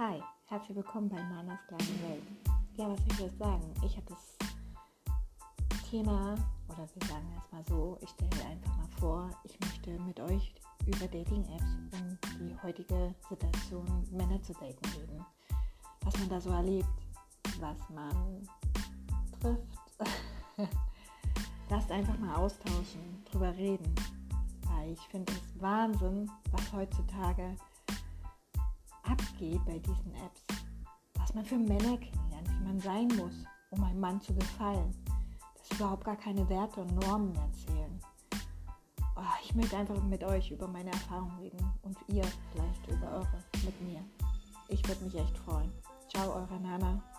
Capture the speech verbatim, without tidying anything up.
Hi, herzlich willkommen bei Nanas kleinen Welt. Ja, was will ich jetzt sagen? Ich habe das Thema, oder wir sagen es mal so, ich stelle einfach mal vor, ich möchte mit euch über Dating-Apps und die heutige Situation, Männer zu daten, reden. Was man da so erlebt, was man trifft. Lasst einfach mal austauschen, drüber reden. Weil ich finde es Wahnsinn, was heutzutage abgeht bei diesen Apps, was man für Männer kennenlernt, wie man sein muss, um einem Mann zu gefallen, dass überhaupt gar keine Werte und Normen mehr zählen. Oh, ich möchte einfach mit euch über meine Erfahrungen reden und ihr vielleicht über eure mit mir. Ich würde mich echt freuen. Ciao, eure Nana.